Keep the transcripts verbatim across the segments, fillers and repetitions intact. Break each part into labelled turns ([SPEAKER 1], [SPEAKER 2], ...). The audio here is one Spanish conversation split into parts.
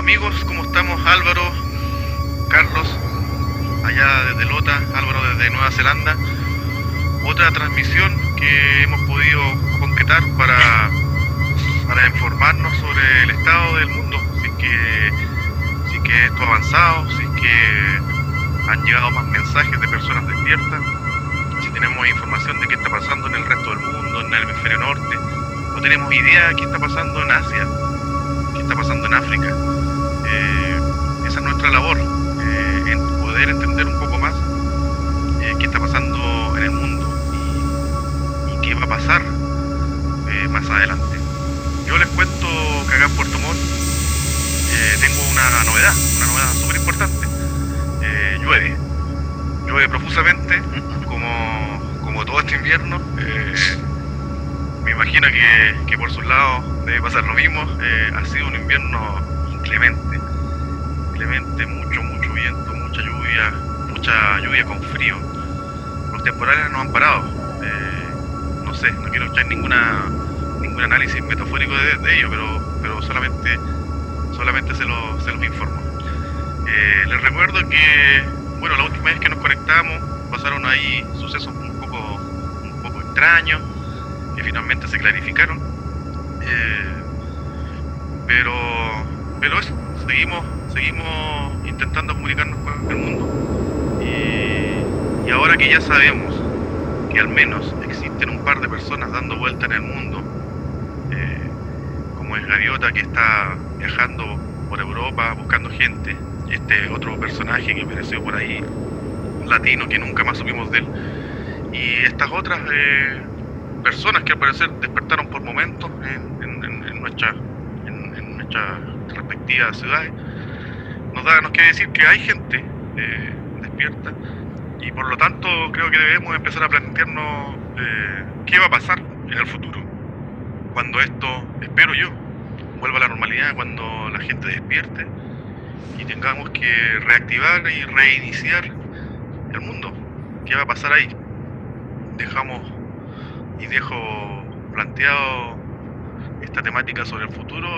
[SPEAKER 1] Amigos, ¿cómo estamos? Álvaro, Carlos, allá desde Lota, Álvaro desde Nueva Zelanda. Otra transmisión que hemos podido concretar para, para informarnos sobre el estado del mundo, si es que, si es que esto ha avanzado, si es que han llegado más mensajes de personas despiertas, si tenemos información de qué está pasando en el resto del mundo, en el hemisferio norte. No tenemos idea de qué está pasando en Asia, qué está pasando en África. Eh, esa es nuestra labor, eh, en poder entender un poco más eh, qué está pasando en el mundo y, y qué va a pasar eh, más adelante. Yo les cuento que acá en Puerto Montt eh, tengo una novedad, una novedad súper importante. Eh, llueve, llueve profusamente, como, como todo este invierno. Eh, me imagino que, que por sus lados debe pasar lo mismo. Eh, ha sido un invierno inclemente, inclemente, mucho, mucho viento, mucha lluvia, mucha lluvia con frío. Los temporales no han parado. Eh, no sé, no quiero echar ninguna ningún análisis metafórico de, de ello, pero, pero solamente, solamente se, lo, se los informo. Eh, les recuerdo que, bueno, la última vez que nos conectamos pasaron ahí sucesos un poco, un poco extraños, que finalmente se clarificaron. Eh, pero, pero eso, seguimos, seguimos intentando comunicarnos con el mundo. Y, y ahora que ya sabemos que al menos existen un par de personas dando vuelta en el mundo, eh, como es Gaviota, que está viajando por Europa buscando gente, este otro personaje que apareció por ahí, latino, que nunca más supimos de él, y estas otras eh, personas que al parecer despertaron por momentos en, en, en, en nuestra en, en nuestras respectivas ciudades, nos da, nos quiere decir que hay gente eh, despierta, y por lo tanto creo que debemos empezar a plantearnos eh, qué va a pasar en el futuro, cuando esto, espero yo, vuelva a la normalidad, cuando la gente despierte y tengamos que reactivar y reiniciar el mundo. ¿Qué va a pasar ahí? Dejamos y dejo planteado esta temática sobre el futuro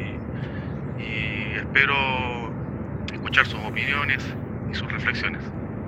[SPEAKER 1] y, y espero escuchar sus opiniones y sus reflexiones.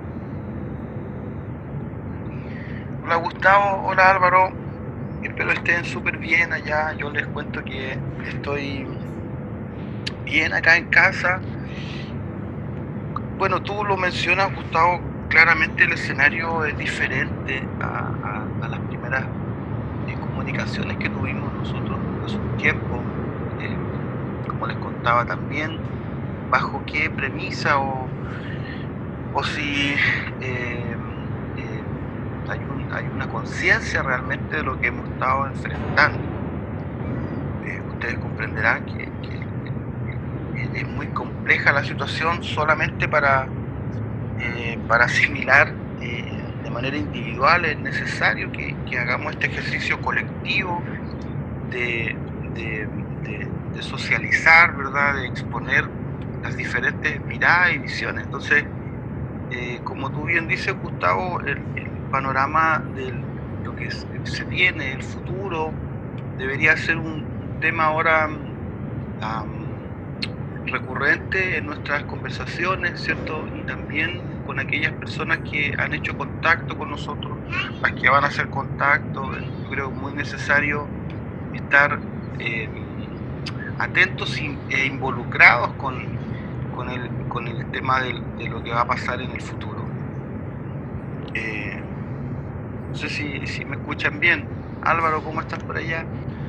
[SPEAKER 2] Hola Gustavo, hola Álvaro, espero estén súper bien allá. Yo les cuento que estoy bien acá en casa. Bueno, tú lo mencionas, Gustavo, claramente el escenario es diferente a, a, a las primeras eh, comunicaciones que tuvimos nosotros hace un tiempo. Eh, como les contaba también, bajo qué premisa o, o si eh, eh, hay, un, hay una conciencia realmente de lo que hemos estado enfrentando. Eh, ustedes comprenderán que, que es muy compleja la situación solamente para, eh, para asimilar eh, de manera individual. Es necesario que, que hagamos este ejercicio colectivo de, de, de, de socializar, ¿verdad? De exponer las diferentes miradas y visiones. Entonces, eh, como tú bien dices, Gustavo, el, el panorama de lo que se viene, el futuro, debería ser un tema ahora um, recurrente en nuestras conversaciones, ¿cierto? Y también con aquellas personas que han hecho contacto con nosotros, las que van a hacer contacto. Yo creo muy necesario estar eh, atentos e involucrados con, con, el, con el tema de, de lo que va a pasar en el futuro. Eh, no sé si, si me escuchan bien. Álvaro, ¿cómo estás por allá?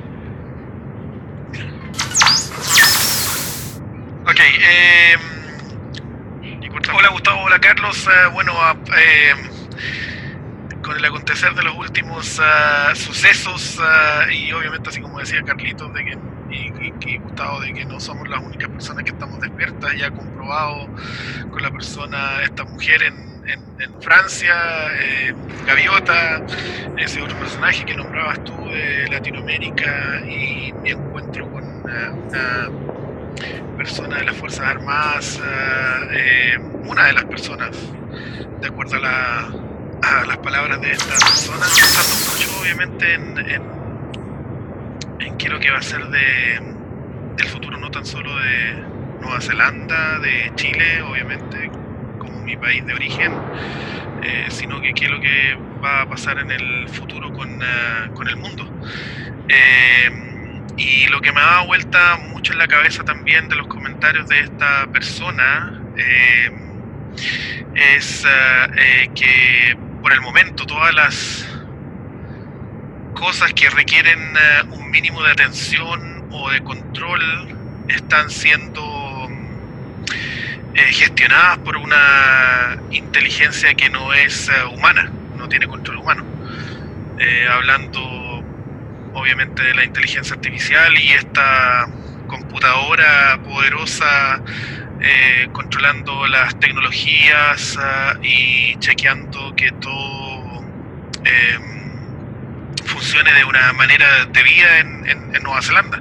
[SPEAKER 3] Ok, eh, hola Gustavo, hola Carlos. Uh, bueno, eh, con el acontecer de los últimos uh, sucesos uh, y obviamente, así como decía Carlitos de que, y, y, y Gustavo, de que no somos las únicas personas que estamos despiertas, ya comprobado con la persona, esta mujer en, en, en Francia, eh, Gaviota, ese otro personaje que nombrabas tú de Latinoamérica, y mi encuentro con uh, una persona de las Fuerzas Armadas, eh, una de las personas, de acuerdo a, la, a las palabras de esta persona, pensando mucho obviamente en, en, en qué es lo que va a ser de, del futuro, no tan solo de Nueva Nueva Zelanda, de Chile, obviamente, como mi país de origen, eh, sino que qué es lo que va a pasar en el futuro con, uh, con el mundo. Eh, y lo que me ha dado vuelta mucho en la cabeza también de los comentarios de esta persona eh, es uh, eh, que por el momento todas las cosas que requieren uh, un mínimo de atención o de control están siendo eh, gestionadas por una inteligencia que no es uh, humana, no tiene control humano. Eh, hablando obviamente de la inteligencia artificial y esta computadora poderosa eh, controlando las tecnologías uh, y chequeando que todo eh, funcione de una manera debida en, en, en Nueva Zelanda.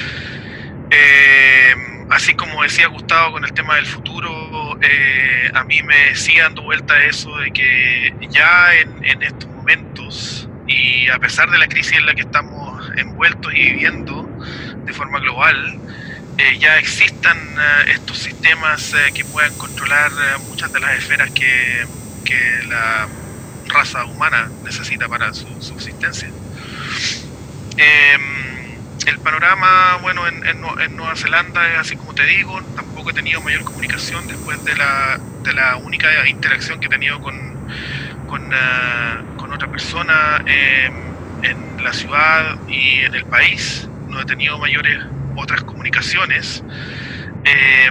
[SPEAKER 3] Eh, así como decía Gustavo con el tema del futuro, eh, a mí me sigue dando vuelta eso de que ya en, en estos momentos, y a pesar de la crisis en la que estamos envueltos y viviendo de forma global, eh, ya existan uh, estos sistemas uh, que puedan controlar uh, muchas de las esferas que, que la raza humana necesita para su subsistencia. Eh, el panorama, bueno, en, en, en Nueva Zelanda es así como te digo. Tampoco he tenido mayor comunicación después de la, de la única interacción que he tenido con, con, uh, con otra persona eh, en la ciudad y en el país. No he tenido mayores otras comunicaciones. Eh,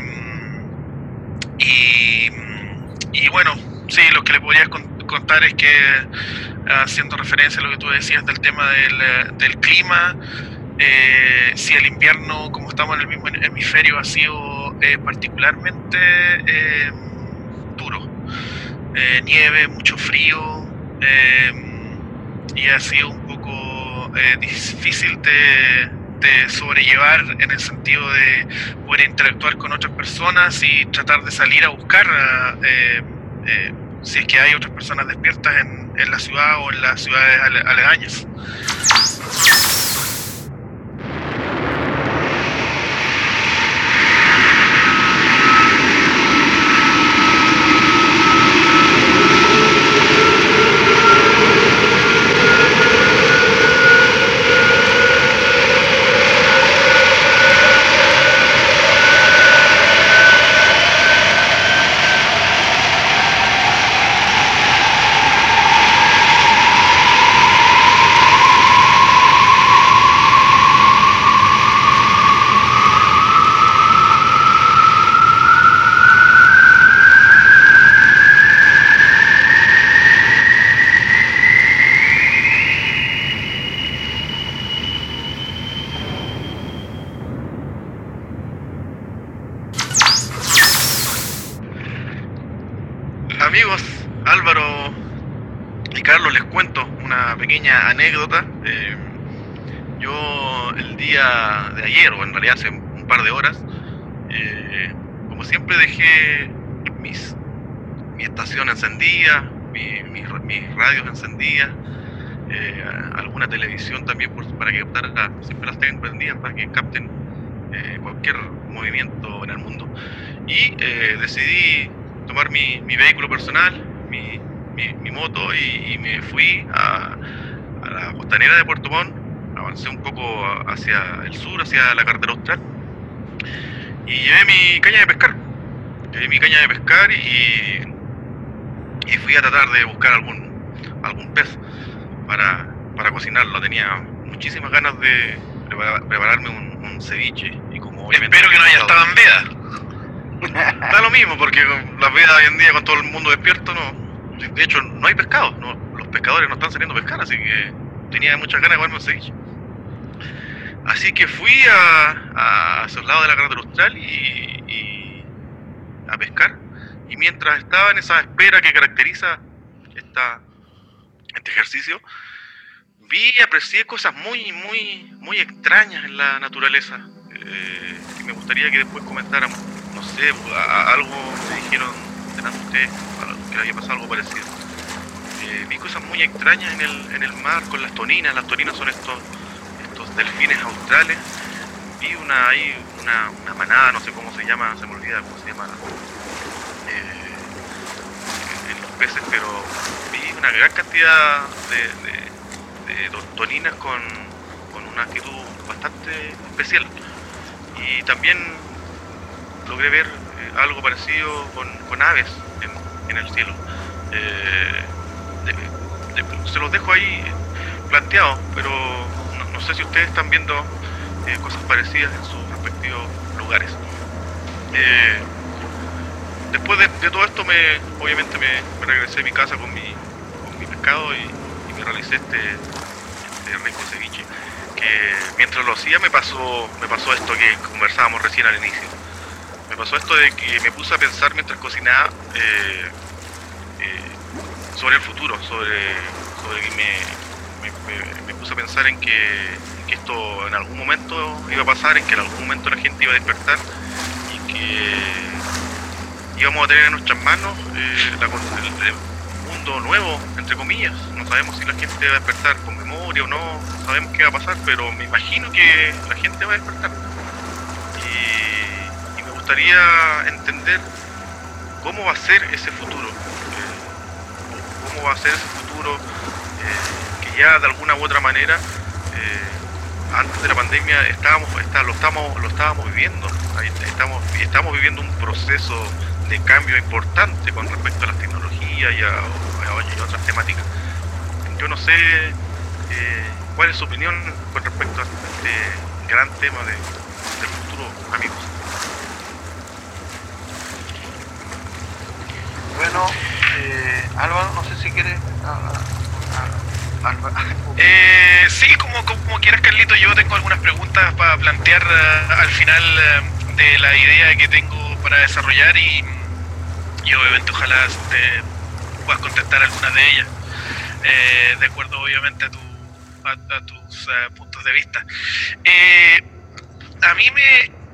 [SPEAKER 3] y, y bueno, sí, lo que le podría contar es que, haciendo referencia a lo que tú decías del tema del, del clima, eh, si el invierno, como estamos en el mismo hemisferio, ha sido eh, particularmente eh, duro. Eh, nieve, mucho frío, eh, y ha sido un poco eh, difícil de, de sobrellevar en el sentido de poder interactuar con otras personas y tratar de salir a buscar eh, eh, si es que hay otras personas despiertas en, en la ciudad o en las ciudades ale, aledañas.
[SPEAKER 1] Amigos, Álvaro y Carlos, les cuento una pequeña anécdota. Eh, yo el día de ayer, o en realidad hace un par de horas, eh, como siempre dejé mis, mi estación encendida, mi, mi, mis radios encendidas, eh, alguna televisión también por, para que captara, siempre las tengo prendidas para que capten eh, cualquier movimiento en el mundo. Y eh, decidí tomar mi, mi vehículo personal, mi, mi, mi moto, y, y me fui a, a la costanera de Puerto Montt. Avancé un poco hacia el sur, hacia la carretera austral, y llevé mi caña de pescar. Llevé mi caña de pescar y, y fui a tratar de buscar algún, algún pez para, para cocinarlo. Tenía muchísimas ganas de prepara, prepararme un, un ceviche. Y como obviamente
[SPEAKER 3] espero que no haya estado en veda.
[SPEAKER 1] Da lo mismo, porque las vedas hoy en día con todo el mundo despierto, no, de hecho no hay pescado, no, los pescadores no están saliendo a pescar, así que tenía muchas ganas de comerme un ceviche. Así que fui a, a esos lados de la carretera austral y, y a pescar, y mientras estaba en esa espera que caracteriza esta, este ejercicio, vi y aprecié cosas muy, muy, muy extrañas en la naturaleza, eh, que me gustaría que después comentáramos. No sé, a, a algo me dijeron delante de ustedes que le había pasado algo parecido. Eh, vi cosas muy extrañas en el, en el mar con las toninas. Las toninas son estos, estos delfines australes, vi una ahí, una, una manada, no sé cómo se llama, se me olvida cómo se llama eh, en los peces, pero vi una gran cantidad de, de, de toninas con, con una actitud bastante especial. Y también logré ver eh, algo parecido con, con aves en, en el cielo. Eh, de, de, se los dejo ahí planteados, pero no, no sé si ustedes están viendo eh, cosas parecidas en sus respectivos lugares. Eh, después de, de todo esto, me obviamente me, me regresé a mi casa con mi, con mi pescado y, y me realicé este, este rico ceviche. Que mientras lo hacía me pasó, me pasó esto que conversábamos recién al inicio. Me pasó esto de que me puse a pensar mientras cocinaba eh, eh, sobre el futuro, sobre, sobre que me, me, me, me puse a pensar en que, que esto en algún momento iba a pasar, en que en algún momento la gente iba a despertar y que íbamos a tener en nuestras manos eh, la, el, el mundo nuevo, entre comillas. No sabemos si la gente va a despertar con memoria o no, no sabemos qué va a pasar, pero me imagino que la gente va a despertar. Y, y me gustaría entender cómo va a ser ese futuro, eh, cómo va a ser ese futuro eh, que ya de alguna u otra manera eh, antes de la pandemia estábamos, está, lo, estamos, lo estábamos viviendo. Ahí estamos, estamos viviendo un proceso de cambio importante con respecto a las tecnologías y a, a, a otras temáticas. Yo no sé eh, cuál es su opinión con respecto a este gran tema de, del futuro, amigos.
[SPEAKER 2] Bueno, eh, Álvaro, no sé si quieres... Ah, ah, Álvaro.
[SPEAKER 3] Eh, sí, como, como quieras, Carlito. Yo tengo algunas preguntas para plantear uh, al final uh, de la idea que tengo para desarrollar y, y obviamente ojalá te puedas contestar algunas de ellas, eh, de acuerdo obviamente a, tu, a, a tus uh, puntos de vista. Eh, a mí me...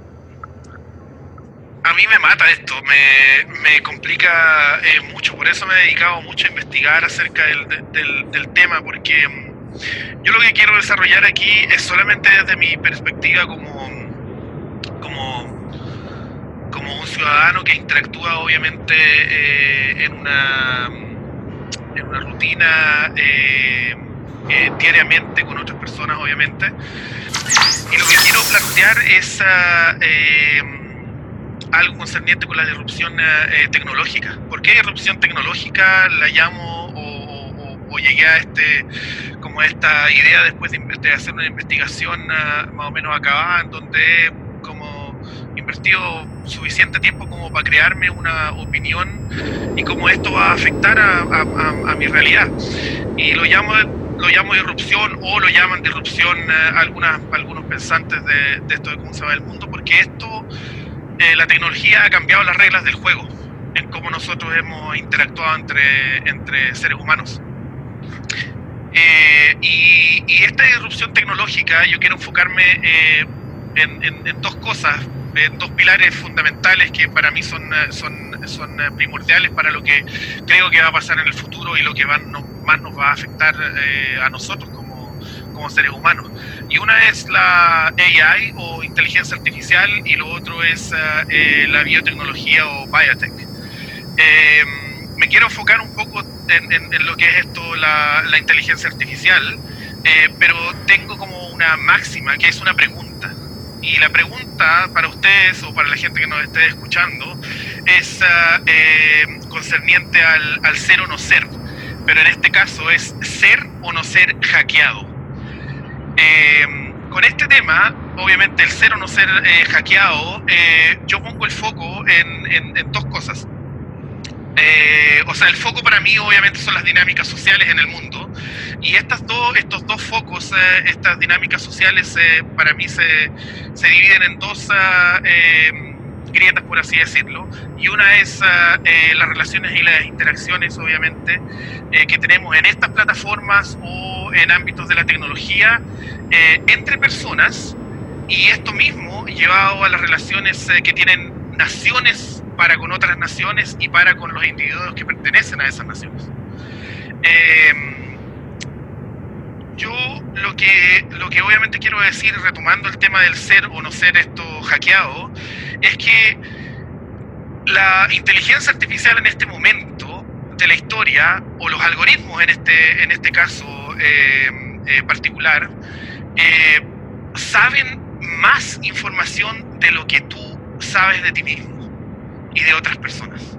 [SPEAKER 3] A mí me mata esto, me, me complica eh, mucho, por eso me he dedicado mucho a investigar acerca del, del, del tema, porque yo lo que quiero desarrollar aquí es solamente desde mi perspectiva como, como, como un ciudadano que interactúa obviamente eh, en, una, en una rutina eh, eh, diariamente con otras personas obviamente, y lo que quiero plantear es... Uh, eh, algo concerniente con la disrupción eh, tecnológica. ¿Por qué disrupción tecnológica la llamo o, o, o llegué a este, como esta idea después de, de hacer una investigación uh, más o menos acabada, en donde he como invertido suficiente tiempo como para crearme una opinión y cómo esto va a afectar a, a, a, a mi realidad? Y lo llamo lo llamo disrupción, o lo llaman disrupción uh, algunas, algunos pensantes de, de esto de cómo se va el mundo, porque esto Eh, la tecnología ha cambiado las reglas del juego en cómo nosotros hemos interactuado entre, entre seres humanos. Eh, y, y esta disrupción tecnológica yo quiero enfocarme eh, en, en, en dos cosas, en dos pilares fundamentales que para mí son, son, son primordiales para lo que creo que va a pasar en el futuro y lo que van, no, más nos va a afectar eh, a nosotros como, como seres humanos. Y una es la A I o inteligencia artificial y lo otro es uh, eh, la biotecnología o biotech. Eh, me quiero enfocar un poco en, en, en lo que es esto, la, la inteligencia artificial, eh, pero tengo como una máxima que es una pregunta. Y la pregunta para ustedes o para la gente que nos esté escuchando es uh, eh, concerniente al, al ser o no ser, pero en este caso es ser o no ser hackeado. Eh, con este tema, obviamente el ser o no ser eh, hackeado, eh, yo pongo el foco en, en, en dos cosas. Eh, o sea, el foco para mí obviamente son las dinámicas sociales en el mundo, y estas dos, estos dos focos, eh, estas dinámicas sociales eh, para mí se, se dividen en dos uh, eh, grietas, por así decirlo, y una es uh, eh, las relaciones y las interacciones obviamente eh, que tenemos en estas plataformas o en ámbitos de la tecnología eh, entre personas, y esto mismo llevado a las relaciones eh, que tienen naciones para con otras naciones y para con los individuos que pertenecen a esas naciones. Eh, yo lo que, lo que obviamente quiero decir, retomando el tema del ser o no ser esto hackeado, es que la inteligencia artificial en este momento de la historia, o los algoritmos en este, en este caso eh, eh, particular, eh, saben más información de lo que tú sabes de ti mismo y de otras personas.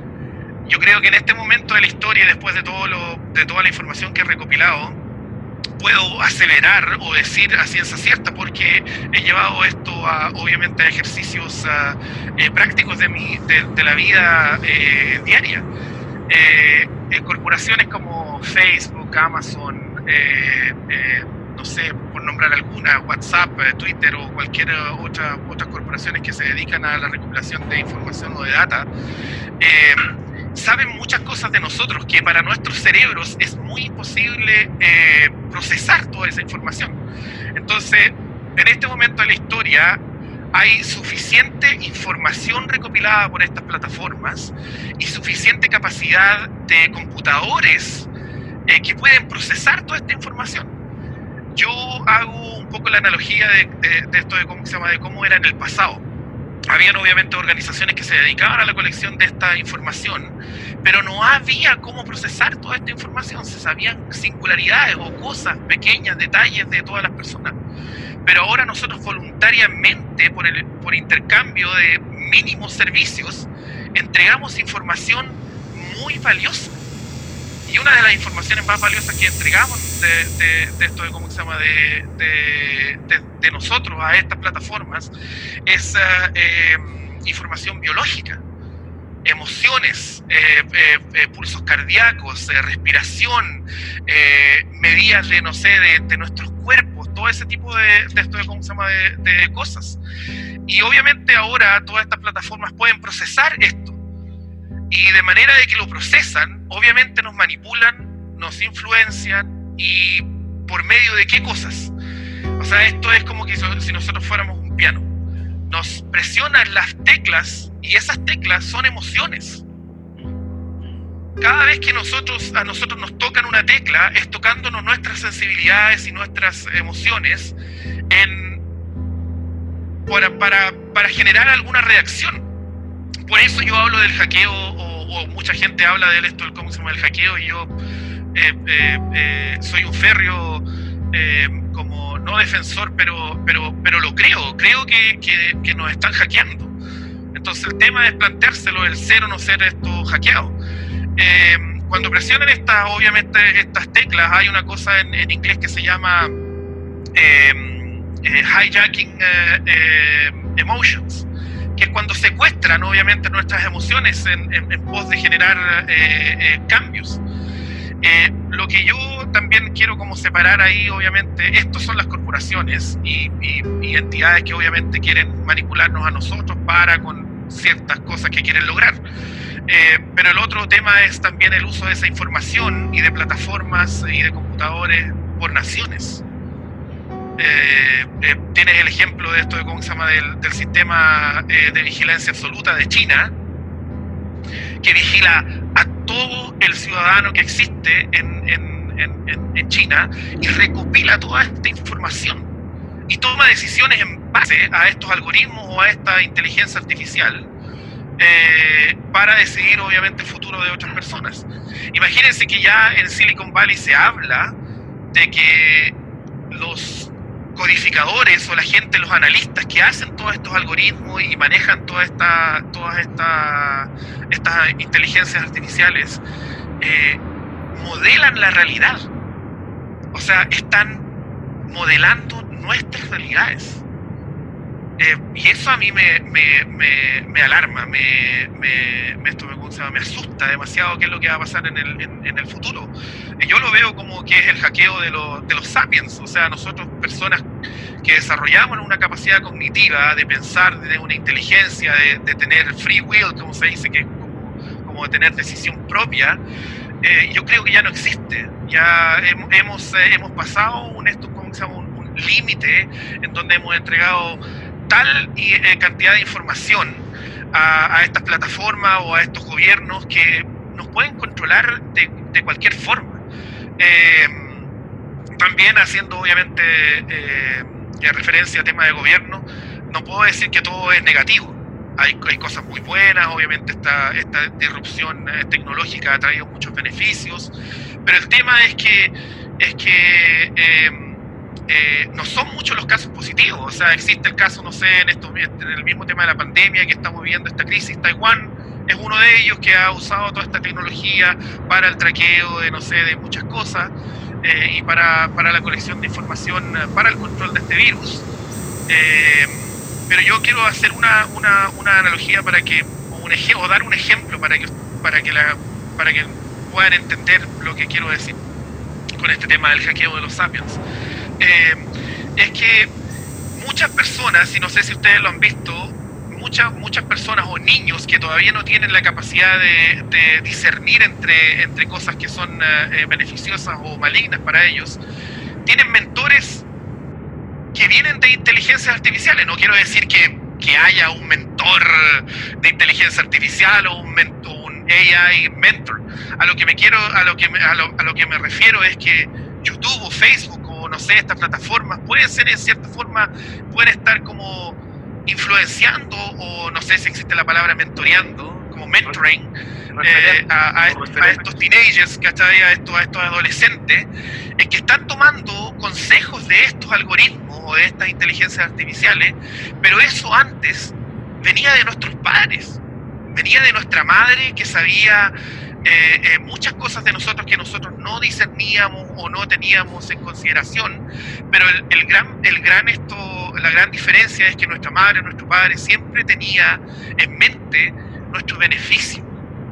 [SPEAKER 3] Yo creo que en este momento de la historia, después de, todo lo, de toda la información que he recopilado, puedo aseverar o decir a ciencia cierta, porque he llevado esto a, obviamente, a ejercicios a, eh, prácticos de, mi, de, de la vida eh, diaria. Eh, eh, corporaciones como Facebook, Amazon, eh, eh, no sé, por nombrar alguna, WhatsApp, eh, Twitter o cualquier otra otras corporaciones que se dedican a la recopilación de información o de data, eh, saben muchas cosas de nosotros que para nuestros cerebros es muy imposible eh, procesar toda esa información. Entonces, en este momento de la historia hay suficiente información recopilada por estas plataformas y suficiente capacidad de computadores eh, que pueden procesar toda esta información. Yo hago un poco la analogía de, de, de esto de cómo se llama, de cómo era en el pasado. Habían obviamente organizaciones que se dedicaban a la colección de esta información, pero no había cómo procesar toda esta información. Se sabían singularidades o cosas, pequeñas detalles de todas las personas. Pero ahora nosotros voluntariamente, por, el, por intercambio de mínimos servicios, entregamos información muy valiosa. Y una de las informaciones más valiosas que entregamos de, de, de esto de cómo se llama de, de, de, de nosotros a estas plataformas es uh, eh, información biológica, emociones, eh, eh, eh, pulsos cardíacos, eh, respiración, eh, medidas de no sé de, de nuestros cuerpos, todo ese tipo de, de esto de cómo se llama de, de cosas. Y obviamente ahora todas estas plataformas pueden procesar esto. Y de manera de que lo procesan, obviamente nos manipulan, nos influencian, y ¿por medio de qué cosas? O sea, esto es como que si nosotros fuéramos un piano. Nos presionan las teclas, y esas teclas son emociones. Cada vez que nosotros, a nosotros nos tocan una tecla, es tocándonos nuestras sensibilidades y nuestras emociones en, para, para, para generar alguna reacción. Por eso yo hablo del hackeo, o, o mucha gente habla de esto, ¿cómo se llama? El hackeo, y yo eh, eh, eh, soy un férreo, eh, como no defensor, pero, pero, pero lo creo, creo que, que, que nos están hackeando. Entonces el tema es planteárselo, el ser o no ser esto hackeado. Eh, cuando presionan estas, obviamente, estas teclas, hay una cosa en, en inglés que se llama eh, eh, hijacking eh, eh, emotions, que es cuando secuestran obviamente nuestras emociones en, en, en pos de generar eh, eh, cambios. Eh, lo que yo también quiero como separar ahí, obviamente, estos son las corporaciones y, y, y entidades que obviamente quieren manipularnos a nosotros para con ciertas cosas que quieren lograr. Eh, pero el otro tema es también el uso de esa información y de plataformas y de computadores por naciones. Eh, eh, tienes el ejemplo de esto de cómo se llama del, del sistema eh, de vigilancia absoluta de China, que vigila a todo el ciudadano que existe en, en, en, en China y recopila toda esta información y toma decisiones en base a estos algoritmos o a esta inteligencia artificial eh, para decidir obviamente el futuro de otras personas. Imagínense que ya en Silicon Valley se habla de que los codificadores o la gente, los analistas que hacen todos estos algoritmos y manejan toda esta, todas esta, estas inteligencias artificiales, eh, modelan la realidad. O sea, están modelando nuestras realidades. Eh, y eso a mí me, me, me, me alarma, me, me, me, esto me, me asusta demasiado qué es lo que va a pasar en el, en, en el futuro. Eh, yo lo veo como que es el hackeo de, lo, de los sapiens, o sea, nosotros personas que desarrollamos una capacidad cognitiva de pensar, de una inteligencia, de, de tener free will, como se dice, que es como, como de tener decisión propia, eh, yo creo que ya no existe. Ya hemos, hemos, eh, hemos pasado un, esto, como se llama, un, un límite en donde hemos entregado tal y, eh, cantidad de información a, a estas plataformas o a estos gobiernos que nos pueden controlar de, de cualquier forma. Eh, también haciendo obviamente eh, referencia a temas de gobierno, no puedo decir que todo es negativo. Hay, hay cosas muy buenas, obviamente esta, esta disrupción eh, tecnológica ha traído muchos beneficios, pero el tema es que, es que eh, eh, no son muchos los casos positivos. O sea, existe el caso, no sé, en, esto, en el mismo tema de la pandemia que estamos viviendo, esta crisis. Taiwán es uno de ellos que ha usado toda esta tecnología para el traqueo de, no sé, de muchas cosas eh, y para, para la colección de información, para el control de este virus. Eh, pero yo quiero hacer una, una, una analogía para que, o, un ej- o dar un ejemplo para que, para, que la, para que puedan entender lo que quiero decir con este tema del hackeo de los sapiens. Eh, es que muchas personas, y no sé si ustedes lo han visto, muchas, muchas personas o niños que todavía no tienen la capacidad de, de discernir entre, entre cosas que son eh, beneficiosas o malignas para ellos, tienen mentores que vienen de inteligencias artificiales. No quiero decir que, que haya un mentor de inteligencia artificial o un, mentor, un A I mentor. A lo que me quiero, a lo que me, a lo, a lo que me refiero es que YouTube o Facebook o no sé, estas plataformas pueden ser en cierta forma, pueden estar como influenciando, o no sé si existe la palabra mentoreando, como mentoring eh, a, a, est- a estos teenagers, ¿cachai? A estos, a estos adolescentes, en que están tomando consejos de estos algoritmos o de estas inteligencias artificiales, pero eso antes venía de nuestros padres, venía de nuestra madre que sabía eh, eh, muchas cosas de nosotros que nosotros no discerníamos o no teníamos en consideración, pero el, el gran, el gran esto, la gran diferencia es que nuestra madre, nuestro padre siempre tenía en mente nuestro beneficio.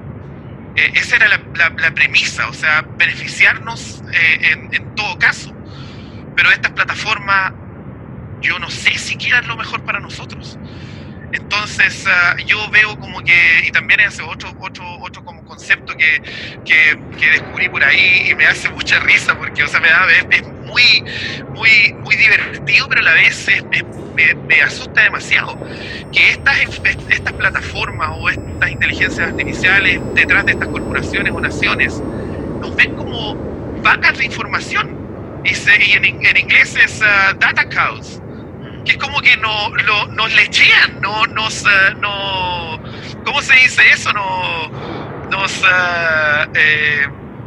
[SPEAKER 3] Eh, esa era la, la, la premisa, o sea, beneficiarnos eh, en, en todo caso. Pero estas plataformas, yo no sé si quieran lo mejor para nosotros. Entonces uh, yo veo como que, y también ese otro otro otro como concepto que, que, que descubrí por ahí y me hace mucha risa porque, o sea, me da, es, es muy muy muy divertido, pero a la vez es, es, me, me asusta demasiado que estas estas plataformas o estas inteligencias artificiales detrás de estas corporaciones o naciones nos ven como vacas de información, y, se, y en, en inglés es uh, data cows, que es como que no, lo, nos lechean, no, nos, uh, no, ¿cómo se dice eso? No, nos, uh, eh,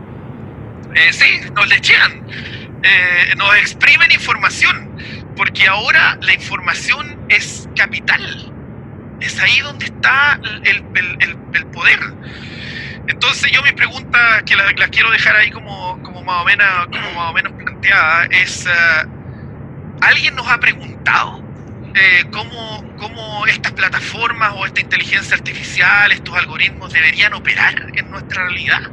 [SPEAKER 3] eh, sí, nos lechean, eh, nos exprimen información, porque ahora la información es capital, es ahí donde está el, el, el, el poder. Entonces yo mi pregunta, que la, la quiero dejar ahí como, como, más o menos, como más o menos planteada, es... Uh, ¿alguien nos ha preguntado eh, cómo, cómo estas plataformas o esta inteligencia artificial, estos algoritmos deberían operar en nuestra realidad?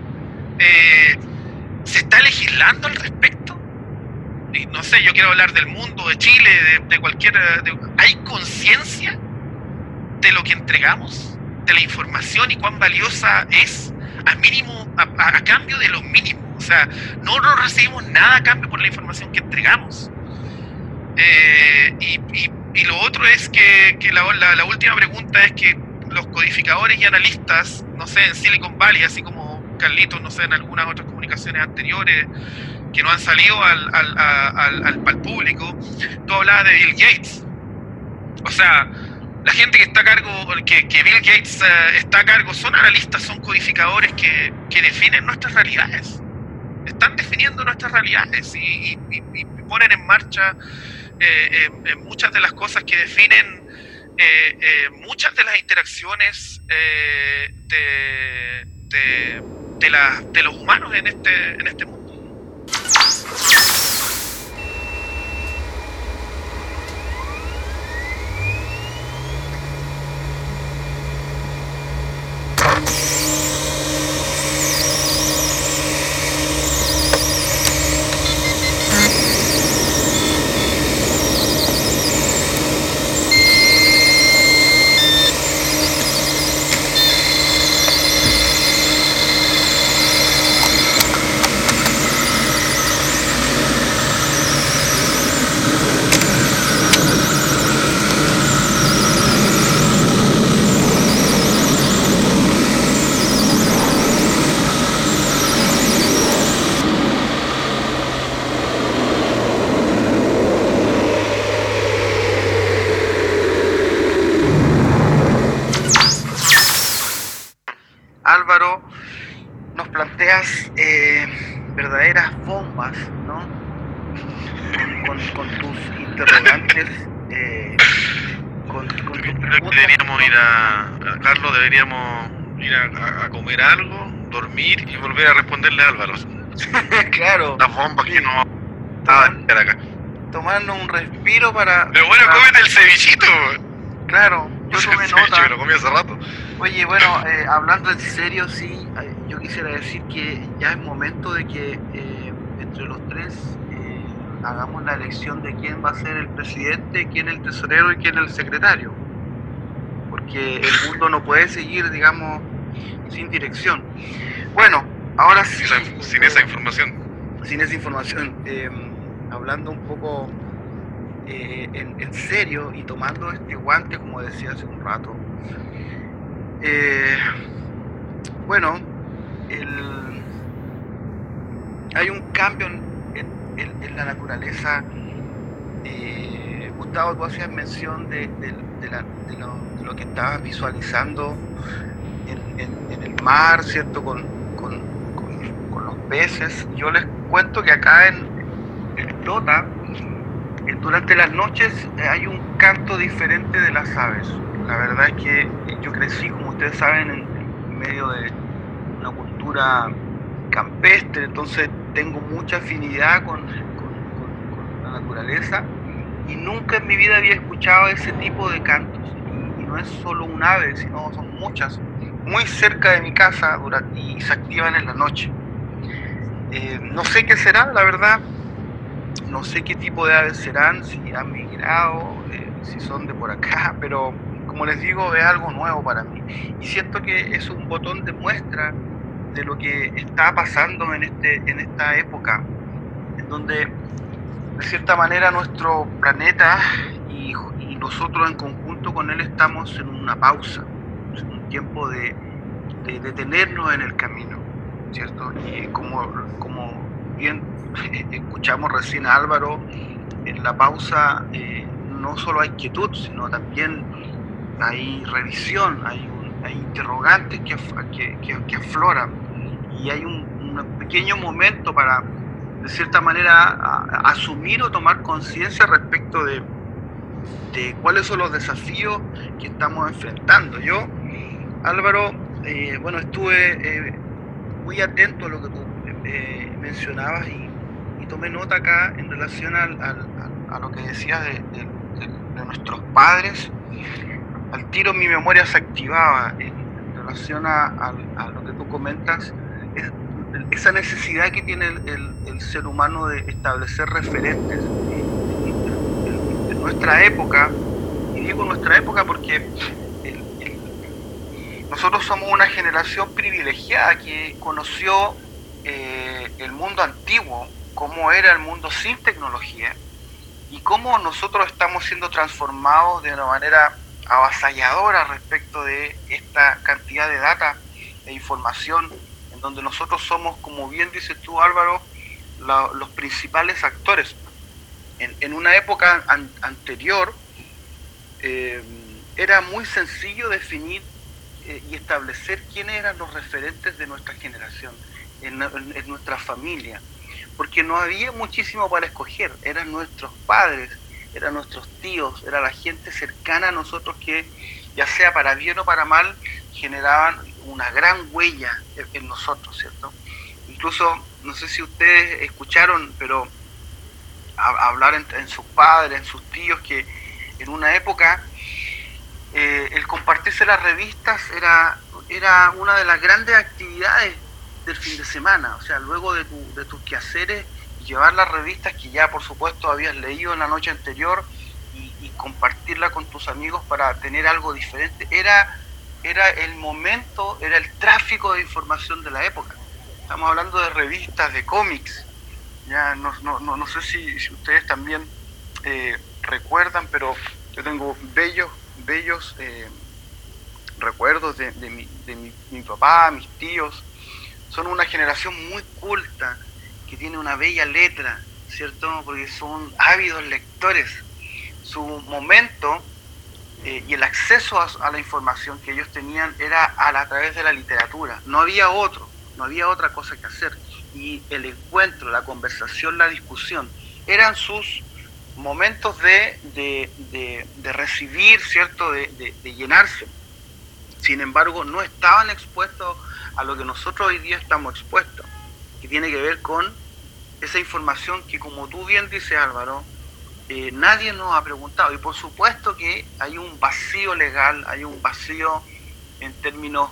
[SPEAKER 3] Eh, ¿Se está legislando al respecto? Y no sé, yo quiero hablar del mundo, de Chile, de, de cualquier... De, ¿hay conciencia de lo que entregamos? ¿De la información y cuán valiosa es? A mínimo, a, a, a cambio de lo mínimo. O sea, no, no recibimos nada a cambio por la información que entregamos. Eh, y, y, y lo otro es que, que la, la, la última pregunta es que los codificadores y analistas, no sé, en Silicon Valley, así como Carlitos, no sé, en algunas otras comunicaciones anteriores que no han salido al, al, al, al, al público, tú hablabas de Bill Gates. O sea, la gente que está a cargo, que, que Bill Gates uh, está a cargo, son analistas, son codificadores que, que definen nuestras realidades. Están definiendo nuestras realidades y, y, y ponen en marcha eh, eh, muchas de las cosas que definen eh, eh, muchas de las interacciones eh, de, de, de, la, de los humanos en este, en este mundo.
[SPEAKER 2] Álvaro, nos planteas eh, verdaderas bombas, ¿no? Con, con, con tus interrogantes, eh, con, con tus preguntas.
[SPEAKER 1] Deberíamos ir a, a Carlos, deberíamos ir a, a comer algo, dormir y volver a responderle a Álvaro.
[SPEAKER 2] Claro.
[SPEAKER 1] Las bombas sí. Que no
[SPEAKER 2] Toman, a acá. Tomarnos un respiro para...
[SPEAKER 3] Pero bueno,
[SPEAKER 2] para...
[SPEAKER 3] cómete el cevichito.
[SPEAKER 2] Claro, yo tomé
[SPEAKER 3] el
[SPEAKER 2] nota.
[SPEAKER 3] Me lo comí hace rato.
[SPEAKER 2] Oye, bueno, eh, hablando en serio, sí, eh, yo quisiera decir que ya es momento de que eh, entre los tres eh, hagamos la elección de quién va a ser el presidente, quién el tesorero y quién el secretario. Porque el mundo no puede seguir, digamos, sin dirección. Bueno, ahora sí...
[SPEAKER 1] Sin, sin esa información.
[SPEAKER 2] Sin esa información. Eh, hablando un poco eh, en, en serio y tomando este guante, como decía hace un rato. Eh, bueno, el, hay un cambio en, en, en la naturaleza. Eh, Gustavo, tú hacías mención de, de, de, la, de, lo, de lo que estabas visualizando en, en, en el mar, ¿cierto? Con, con, con, con los peces. Yo les cuento que acá en, en Lota, durante las noches hay un canto diferente de las aves. La verdad es que yo crecí, como ustedes saben, en medio de una cultura campestre, entonces tengo mucha afinidad con, con, con, con la naturaleza y nunca en mi vida había escuchado ese tipo de cantos. Y, y no es solo un ave, sino son muchas, muy cerca de mi casa durante, y se activan en la noche. Eh, no sé qué será, la verdad. No sé qué tipo de aves serán, si han migrado, eh, si son de por acá, pero como les digo, es algo nuevo para mí. Y siento que es un botón de muestra de lo que está pasando en, este, en esta época, en donde de cierta manera nuestro planeta y, y nosotros en conjunto con él estamos en una pausa, en un tiempo de, de detenernos en el camino, ¿cierto? Y como, como bien escuchamos recién a Álvaro, en la pausa eh, no solo hay quietud, sino también hay revisión, hay, un, hay interrogantes que, que, que, que afloran y hay un, un pequeño momento para, de cierta manera, a, a asumir o tomar conciencia respecto de, de cuáles son los desafíos que estamos enfrentando. Yo, Álvaro, eh, bueno, estuve eh, muy atento a lo que tú eh, mencionabas y tomé nota acá en relación al, al, a lo que decías de, de, de, de nuestros padres. Al tiro mi memoria se activaba en, en relación a, a, a lo que tú comentas, es, esa necesidad que tiene el, el, el ser humano de establecer referentes de nuestra época, y digo nuestra época porque el, el, nosotros somos una generación privilegiada que conoció eh, el mundo antiguo, cómo era el mundo sin tecnología y cómo nosotros estamos siendo transformados de una manera avasalladora respecto de esta cantidad de data e información, en donde nosotros somos, como bien dices tú, Álvaro, la, los principales actores. En, en una época an, anterior eh, era muy sencillo definir eh, y establecer quiénes eran los referentes de nuestra generación, en, en, en nuestra familia, porque no había muchísimo para escoger. Eran nuestros padres, eran nuestros tíos, era la gente cercana a nosotros que, ya sea para bien o para mal, generaban una gran huella en nosotros, ¿cierto? Incluso, no sé si ustedes escucharon, pero a, hablar en, en sus padres, en sus tíos, que en una época eh, el compartirse las revistas era, era una de las grandes actividades del fin de semana. O sea, luego de, tu, de tus quehaceres, llevar las revistas que ya por supuesto habías leído en la noche anterior y, y compartirla con tus amigos para tener algo diferente, era, era el momento, era el tráfico de información de la época. Estamos hablando de revistas, de cómics. Ya no, no, no, no sé si, si ustedes también eh, recuerdan, pero yo tengo bellos, bellos eh, recuerdos de, de, mi, de mi, mi papá, mis tíos. Son una generación muy culta, que tiene una bella letra, ¿cierto? Porque son ávidos lectores. Su momento eh, y el acceso a, a la información que ellos tenían era a, la, a través de la literatura. No había otro, no había otra cosa que hacer. Y el encuentro, la conversación, la discusión, eran sus momentos de, de, de, de recibir, ¿cierto?, de, de, de llenarse. Sin embargo, no estaban expuestos a lo que nosotros hoy día estamos expuestos, que tiene que ver con esa información que, como tú bien dices, Álvaro, eh, nadie nos ha preguntado. Y por supuesto que hay un vacío legal, hay un vacío en términos,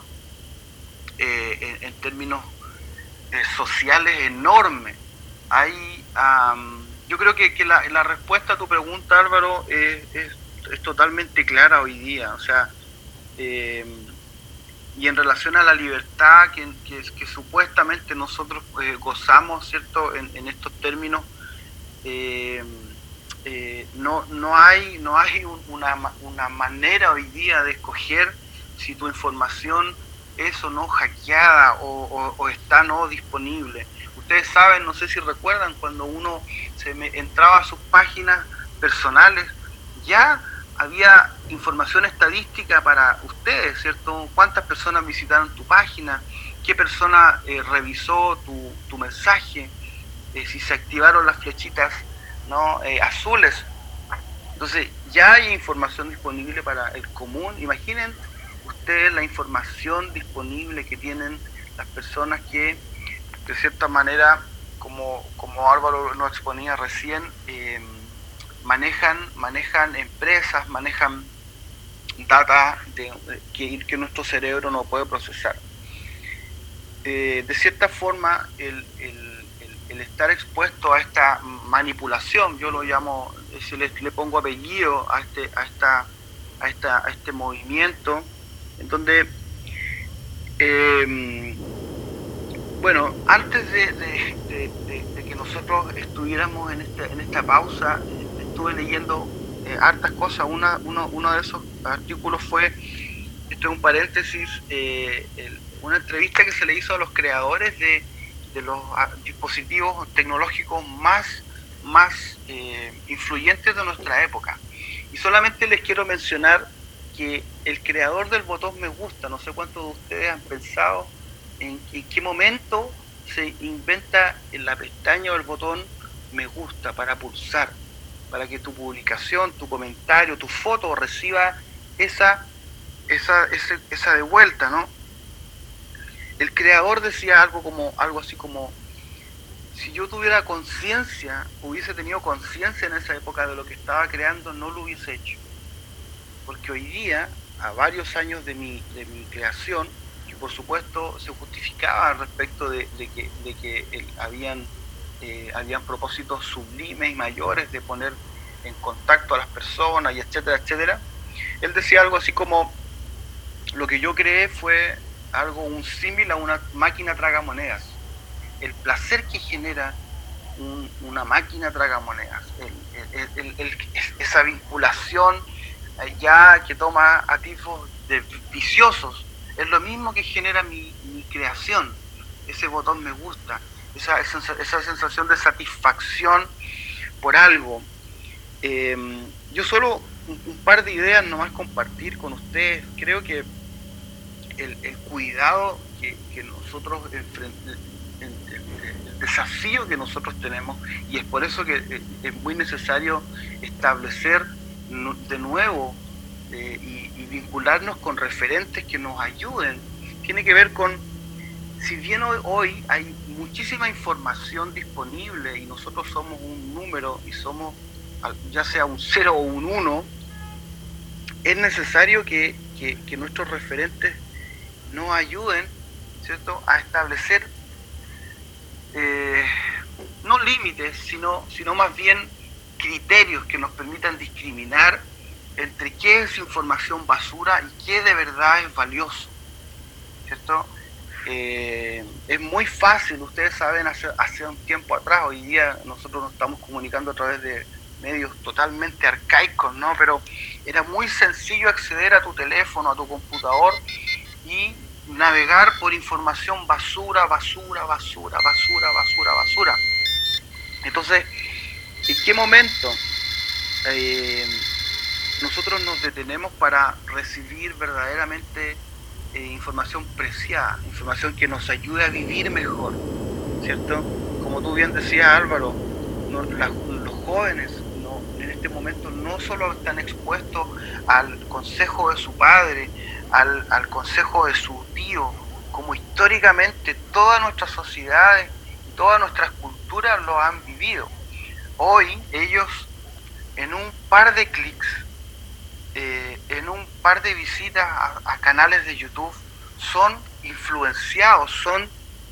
[SPEAKER 2] eh, en, en términos eh, sociales enorme. Hay, um, yo creo que, que la, la respuesta a tu pregunta, Álvaro, es, es, es totalmente clara hoy día. O sea, Eh, y en relación a la libertad que, que, que supuestamente nosotros eh, gozamos, ¿cierto?, en, en estos términos, eh, eh, no, no hay, no hay un, una, una manera hoy día de escoger si tu información es o no hackeada o, o, o está no disponible. Ustedes saben, no sé si recuerdan, cuando uno se me, entraba a sus páginas personales, ya había información estadística para ustedes, ¿cierto? ¿Cuántas personas visitaron tu página? ¿Qué persona eh, revisó tu, tu mensaje? Eh, si se activaron las flechitas, ¿no?, eh, azules. Entonces, ya hay información disponible para el común. Imaginen ustedes la información disponible que tienen las personas que, de cierta manera, como, como Álvaro nos exponía recién, eh, manejan manejan empresas, manejan data de, de, que, que nuestro cerebro no puede procesar. Eh, de cierta forma, el, el, el, el estar expuesto a esta manipulación, yo lo llamo, si le, le pongo apellido a este a esta a esta a este movimiento, en donde eh, bueno, antes de, de, de, de, de que nosotros estuviéramos en este en esta pausa, estuve leyendo eh, hartas cosas. Una, uno, uno de esos artículos fue, esto es un paréntesis, eh, el, una entrevista que se le hizo a los creadores de, de los a, dispositivos tecnológicos más, más eh, influyentes de nuestra época. Y solamente les quiero mencionar que el creador del botón me gusta, no sé cuántos de ustedes han pensado en, en qué momento se inventa en la pestaña o el botón me gusta para pulsar, para que tu publicación, tu comentario, tu foto reciba esa, esa, esa, esa de vuelta, ¿no? El creador decía algo como, algo así como, si yo tuviera conciencia, hubiese tenido conciencia en esa época de lo que estaba creando, no lo hubiese hecho. Porque hoy día, a varios años de mi, de mi creación, que por supuesto se justificaba respecto de, de que, de que el, habían Eh, habían propósitos sublimes y mayores de poner en contacto a las personas y etcétera, etcétera. Él decía algo así como, lo que yo creé fue algo, un símil a una máquina tragamonedas. El placer que genera un, una máquina tragamonedas, el, el, el, el, esa vinculación ya que toma atisbos de viciosos, es lo mismo que genera mi, mi creación, ese botón me gusta. Esa, esa, esa sensación de satisfacción por algo. Eh, yo solo un, un par de ideas nomás compartir con ustedes. Creo que el, el cuidado que, que nosotros enfrentamos, el, el, el desafío que nosotros tenemos, y es por eso que es muy necesario establecer de nuevo eh, y, y vincularnos con referentes que nos ayuden, tiene que ver con, si bien hoy, hoy hay muchísima información disponible y nosotros somos un número y somos ya sea un cero o un uno, es necesario que, que, que nuestros referentes nos ayuden, ¿cierto?, a establecer eh, no límites, sino, sino más bien criterios que nos permitan discriminar entre qué es información basura y qué de verdad es valioso, ¿cierto? Eh, es muy fácil, ustedes saben, hace, hace un tiempo atrás, hoy día nosotros nos estamos comunicando a través de medios totalmente arcaicos, ¿no? Pero era muy sencillo acceder a tu teléfono, a tu computador y navegar por información basura, basura, basura, basura, basura, basura. Entonces, ¿en qué momento eh, nosotros nos detenemos para recibir verdaderamente eh, información preciada, información que nos ayude a vivir mejor, ¿cierto? Como tú bien decías, Álvaro, no, la, los jóvenes no, en este momento no solo están expuestos al consejo de su padre, al, al consejo de su tío, como históricamente todas nuestras sociedades, todas nuestras culturas lo han vivido. Hoy ellos, en un par de clics, eh, en un par de visitas a, a canales de YouTube, son influenciados, son,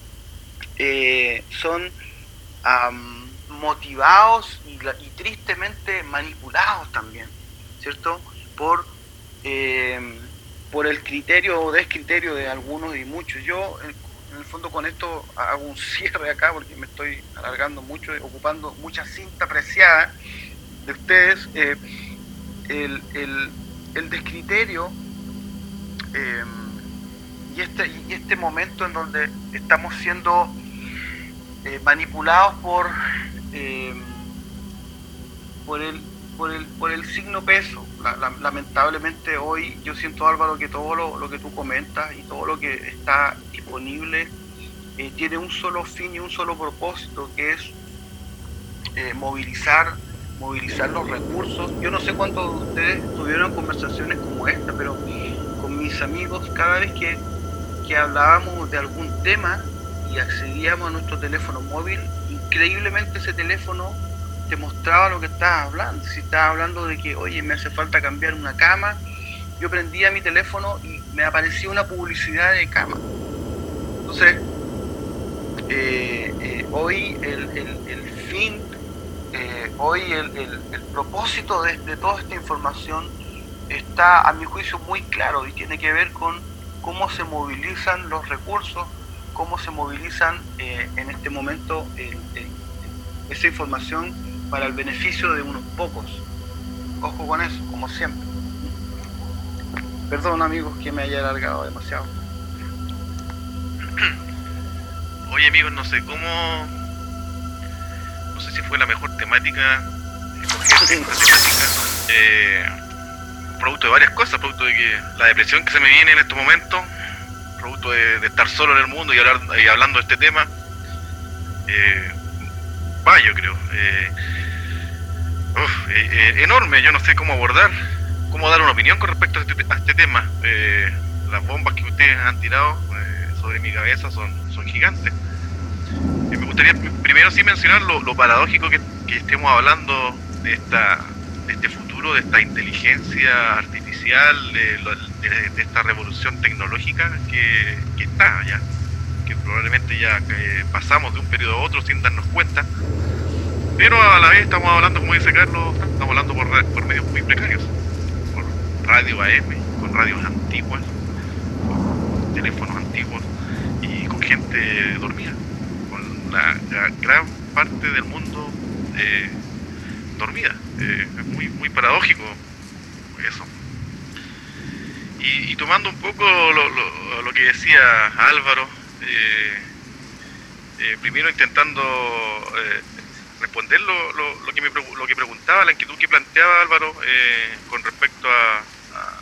[SPEAKER 2] eh, son um, motivados y, y tristemente manipulados también, ¿cierto? Por, eh, por el criterio o descriterio de algunos y muchos. Yo, en el fondo, con esto hago un cierre acá porque me estoy alargando mucho, ocupando mucha cinta preciada de ustedes. Eh, el, el, el descriterio eh, y, este, y este momento en donde estamos siendo eh, manipulados por, eh, por, el, por, el, por el signo peso. La, la, lamentablemente hoy yo siento, Álvaro, que todo lo, lo que tú comentas y todo lo que está disponible eh, tiene un solo fin y un solo propósito, que es eh, movilizar movilizar los recursos. Yo no sé cuántos de ustedes tuvieron conversaciones como esta, pero con mis amigos, cada vez que, que hablábamos de algún tema y accedíamos a nuestro teléfono móvil, increíblemente ese teléfono te mostraba lo que estabas hablando. Si estabas hablando de que, oye, me hace falta cambiar una cama, yo prendía mi teléfono y me aparecía una publicidad de cama. Entonces, eh, eh, hoy el, el, el fin, eh, hoy el, el, el propósito de, de toda esta información está, a mi juicio, muy claro y tiene que ver con cómo se movilizan los recursos, cómo se movilizan eh, en este momento el, el, esa información para el beneficio de unos pocos. Ojo con eso, como siempre. Perdón, amigos, que me haya alargado demasiado.
[SPEAKER 1] Oye, amigos, no sé cómo... No sé si fue la mejor temática escoger esta temática. Eh, producto de varias cosas, producto de que la depresión que se me viene en estos momentos, producto de, de estar solo en el mundo y, hablar, y hablando de este tema. Eh, va, yo creo. Eh, uf, eh, eh, enorme, yo no sé cómo abordar, cómo dar una opinión con respecto a este, a este tema. Eh, las bombas que ustedes han tirado eh, sobre mi cabeza son, son gigantes. Eh, me gustaría primero sí mencionar lo, lo paradójico que, que estemos hablando de esta de este futuro, de esta inteligencia artificial, de, de, de esta revolución tecnológica que, que está ya, que probablemente ya eh, pasamos de un periodo a otro sin darnos cuenta, pero a la vez estamos hablando, como dice Carlos, estamos hablando por, por medios muy precarios, por radio A M, con radios antiguas, con teléfonos antiguos y con gente dormida, con la, la gran parte del mundo eh, dormida. Eh, es muy muy paradójico eso. Y, y tomando un poco lo, lo, lo que decía Álvaro, eh, eh, primero intentando eh, responder lo, lo, lo, que me, lo que preguntaba, la inquietud que planteaba Álvaro eh, con respecto a, a,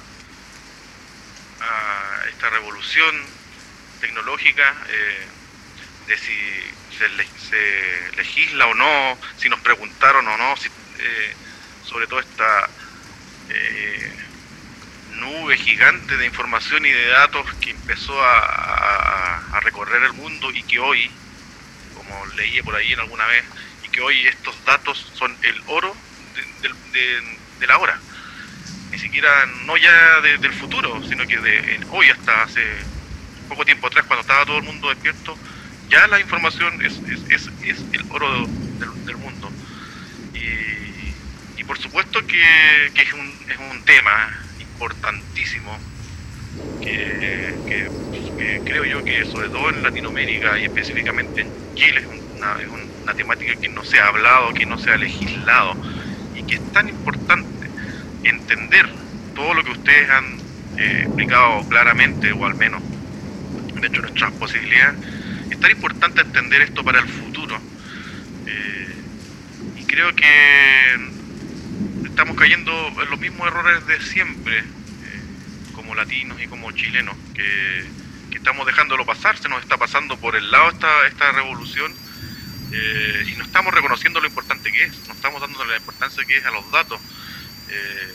[SPEAKER 1] a esta revolución tecnológica, eh, de si se, le, se legisla o no, si nos preguntaron o no, si, eh, sobre todo esta eh, nube gigante de información y de datos que empezó a, a, a recorrer el mundo y que hoy, como leí por ahí en alguna vez, y que hoy estos datos son el oro de, de, de, de la hora, ni siquiera no ya de, del futuro, sino que de hoy, hasta hace poco tiempo atrás, cuando estaba todo el mundo despierto, ya la información es, es, es, es el oro del, del mundo. Y, y por supuesto que, que es, un, es un tema importantísimo que, que, que creo yo que sobre todo en Latinoamérica y específicamente en Chile es una, es una temática que no se ha hablado, que no se ha legislado y que es tan importante entender todo lo que ustedes han eh, explicado claramente, o al menos dentro de nuestras posibilidades. Es tan importante entender esto para el futuro, eh, y creo que estamos cayendo en los mismos errores de siempre, eh, como latinos y como chilenos, que, que estamos dejándolo pasar, se nos está pasando por el lado esta, esta revolución, eh, y no estamos reconociendo lo importante que es, no estamos dando la importancia que es a los datos, eh,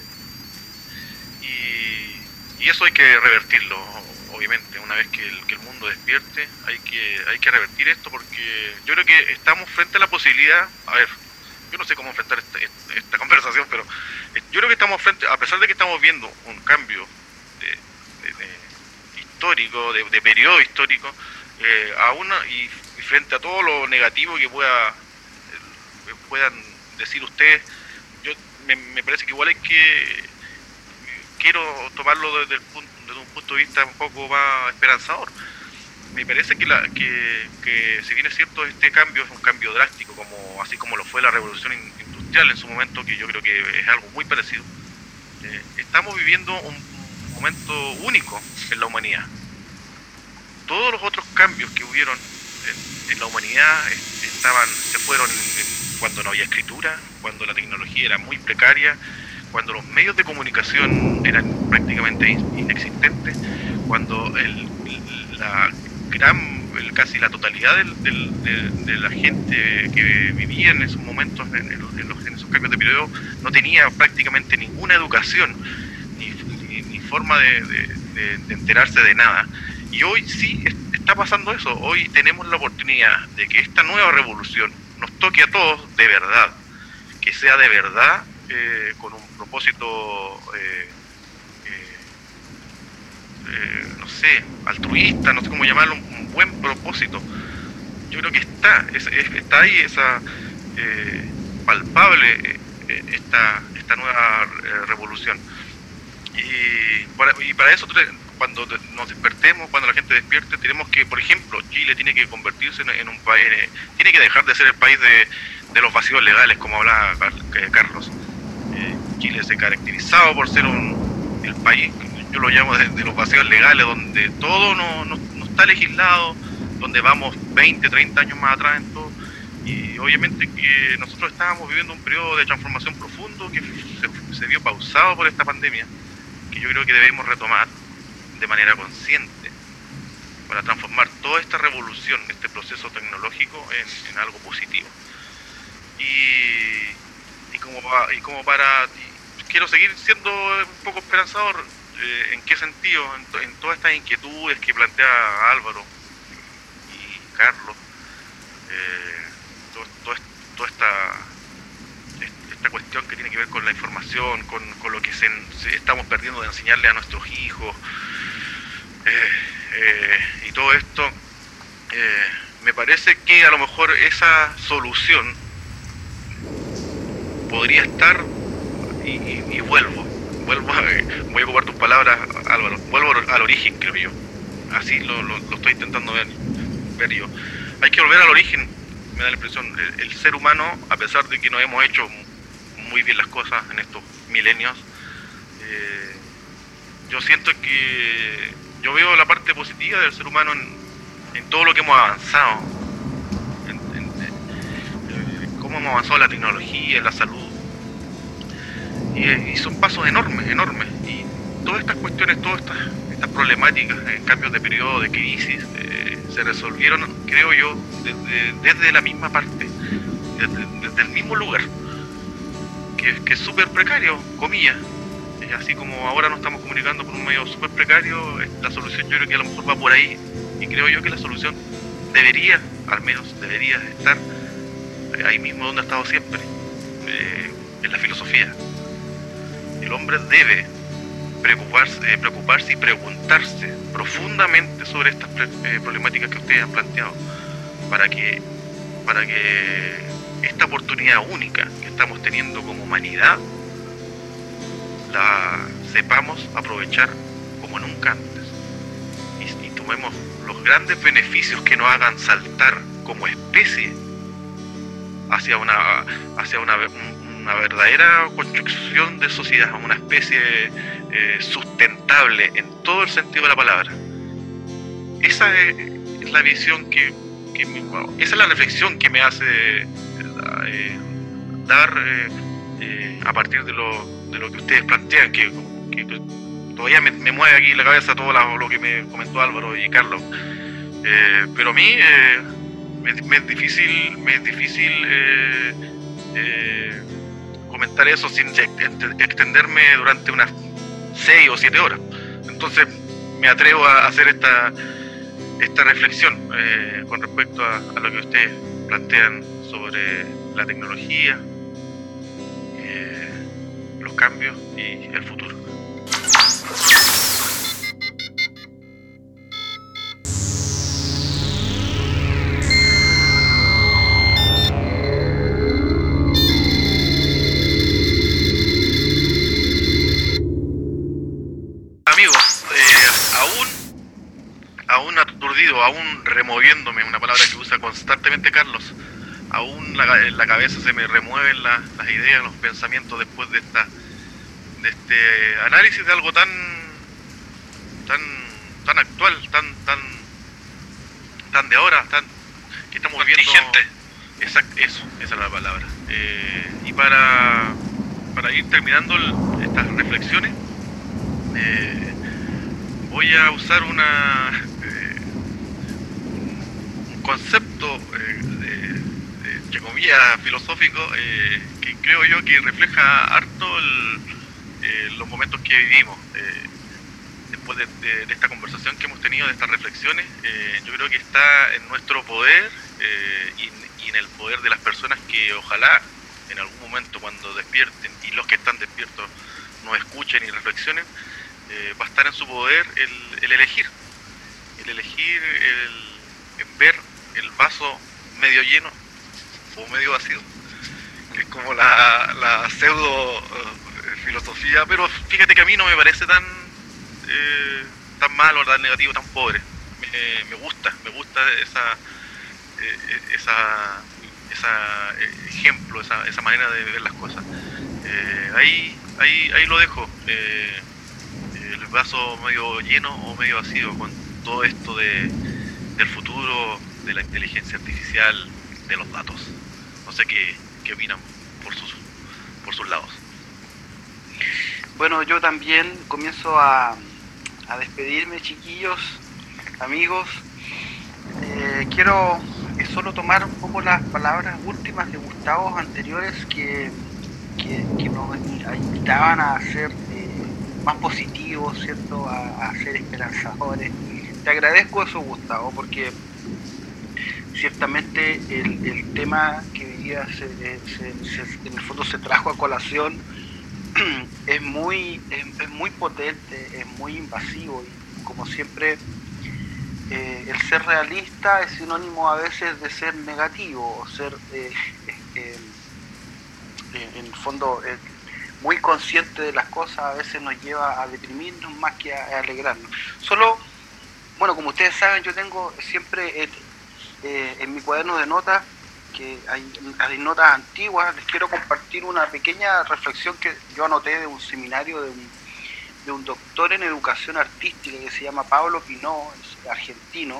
[SPEAKER 1] y, y eso hay que revertirlo, obviamente. Una vez que el, que el mundo despierte, hay que, hay que revertir esto, porque yo creo que estamos frente a la posibilidad, a ver, yo no sé cómo enfrentar esta, esta conversación, pero yo creo que estamos frente, a pesar de que estamos viendo un cambio de, de, de histórico, de, de periodo histórico, eh, a una, y, y frente a todo lo negativo que pueda eh, puedan decir ustedes, yo me, me parece que igual hay que, quiero tomarlo desde, el punto, desde un punto de vista un poco más esperanzador. Me parece que, la, que, que si bien es cierto, este cambio es un cambio drástico, como así como lo fue la revolución industrial en su momento, que yo creo que es algo muy parecido, eh, estamos viviendo un momento único en la humanidad. Todos los otros cambios que hubieron en, en la humanidad estaban, se fueron en, cuando no había escritura, cuando la tecnología era muy precaria, cuando los medios de comunicación eran prácticamente inexistentes, cuando el, la gran, el, casi la totalidad del, del, de, de la gente que vivía en esos momentos, en, en, en, los, en esos cambios de periodo, no tenía prácticamente ninguna educación, ni, ni, ni forma de, de, de, de enterarse de nada. Y hoy sí está pasando eso, hoy tenemos la oportunidad de que esta nueva revolución nos toque a todos de verdad, que sea de verdad, eh, con un propósito, eh, eh, eh, no sé, altruista, no sé cómo llamarlo, un, un buen propósito. Yo creo que está, es, es, está ahí esa eh, palpable eh, esta, esta nueva eh, revolución. Y para, y para eso, cuando nos despertemos, cuando la gente despierte, tenemos que, por ejemplo, Chile tiene que convertirse en, en un país, eh, tiene que dejar de ser el país de, de los vacíos legales, como hablaba Carlos. Eh, Chile se ha caracterizado por ser un, el país, yo lo llamo de, de los vacíos legales, donde todo no, no, no está legislado, donde vamos veinte, treinta años más atrás en todo. Y obviamente que nosotros estábamos viviendo un periodo de transformación profundo que se, se vio pausado por esta pandemia, que yo creo que debemos retomar de manera consciente para transformar toda esta revolución, este proceso tecnológico en, en algo positivo. Y, y, como, y como para... Y quiero seguir siendo un poco esperanzador. Eh, ¿En qué sentido? En, to, en todas estas inquietudes que plantea Álvaro y Carlos, eh, todo, todo, toda esta... esta cuestión que tiene que ver con la información, con, con lo que se, se estamos perdiendo de enseñarle a nuestros hijos, eh, eh, y todo esto, eh, me parece que a lo mejor esa solución podría estar, y, y, y vuelvo, vuelvo a, voy a ocupar tus palabras, Álvaro, vuelvo al origen, creo yo, así lo, lo, lo estoy intentando ver, ver yo. Hay que volver al origen, me da la impresión, el, el ser humano, a pesar de que no hemos hecho muy bien las cosas en estos milenios, eh, yo siento que yo veo la parte positiva del ser humano en, en todo lo que hemos avanzado, en, en, en, en cómo hemos avanzado en la tecnología, en la salud, y, y son pasos enormes, enormes, y todas estas cuestiones, todas estas, estas problemáticas, en cambios de periodo, de crisis, eh, se resolvieron, creo yo, desde, desde la misma parte, desde, desde el mismo lugar, que, que es súper precario, comillas. Así como ahora nos estamos comunicando por un medio súper precario, la solución yo creo que a lo mejor va por ahí, y creo yo que la solución debería, al menos debería estar ahí mismo donde ha estado siempre, eh, en la filosofía. El hombre debe preocuparse, eh, preocuparse y preguntarse profundamente sobre estas eh, problemáticas que ustedes han planteado, para que, para que esta oportunidad única que estamos teniendo como humanidad la sepamos aprovechar como nunca antes, y, y tomemos los grandes beneficios que nos hagan saltar como especie hacia una hacia una, una verdadera construcción de sociedad, una especie eh, sustentable en todo el sentido de la palabra. Esa es, es la visión que, que me, esa es la reflexión que me hace eh, dar eh, eh, a partir de lo, de lo que ustedes plantean, que, que, que todavía me, me mueve aquí la cabeza todo lo, lo que me comentó Álvaro y Carlos. Eh, pero a mí eh, me, me es difícil, me es difícil eh, eh, comentar eso sin extenderme durante unas seis o siete horas. Entonces me atrevo a hacer esta, esta reflexión eh, con respecto a, a lo que ustedes plantean sobre la tecnología, eh, los cambios y el futuro. Amigos, eh, aún, aún aturdido, aún removiéndome, una palabra que usa constantemente Carlos, aún la, en la cabeza se me remueven la, las ideas, los pensamientos después de esta, de este análisis de algo tan, tan, tan actual, tan, tan, tan de ahora, tan que estamos viviendo. Exacto, eso, esa es la palabra. Eh, y para, para ir terminando el, estas reflexiones. Eh, voy a usar una eh, un concepto eh, de, de, entre comillas filosófico eh, que creo yo que refleja harto el, eh, los momentos que vivimos. Eh, después de, de, de esta conversación que hemos tenido, de estas reflexiones, eh, yo creo que está en nuestro poder eh, y, y en el poder de las personas que ojalá en algún momento cuando despierten y los que están despiertos nos escuchen y reflexionen. Eh, va a estar en su poder el, el elegir, el elegir, el, el ver el vaso medio lleno o medio vacío, que es como la, la pseudo uh, filosofía, pero fíjate que a mí no me parece tan eh, tan malo, tan negativo, tan pobre. Me, me gusta, me gusta esa eh, esa esa eh, ejemplo, esa, esa manera de ver las cosas. Eh, ahí, ahí, ahí lo dejo. Eh, el vaso medio lleno o medio vacío con todo esto de, del futuro, de la inteligencia artificial, de los datos. No sé qué, qué opinan por sus, por sus lados.
[SPEAKER 2] Bueno, yo también comienzo a, a despedirme, chiquillos, amigos. Eh, quiero solo tomar un poco las palabras últimas de Gustavo anteriores que, que, que nos invitaban a ser más positivos, ¿cierto? A, a ser esperanzadores. Te agradezco eso, Gustavo, porque ciertamente el, el tema que hoy día se, se, se, en el fondo se trajo a colación es muy, es, es muy potente, es muy invasivo y como siempre eh, el ser realista es sinónimo a veces de ser negativo o ser eh, eh, eh, en el fondo eh, muy consciente de las cosas a veces nos lleva a deprimirnos más que a, a alegrarnos. Solo, bueno, como ustedes saben, yo tengo siempre eh, eh, en mi cuaderno de notas, que hay, hay notas antiguas, les quiero compartir una pequeña reflexión que yo anoté de un seminario de un, de un doctor en educación artística que se llama Pablo Pinó, es argentino,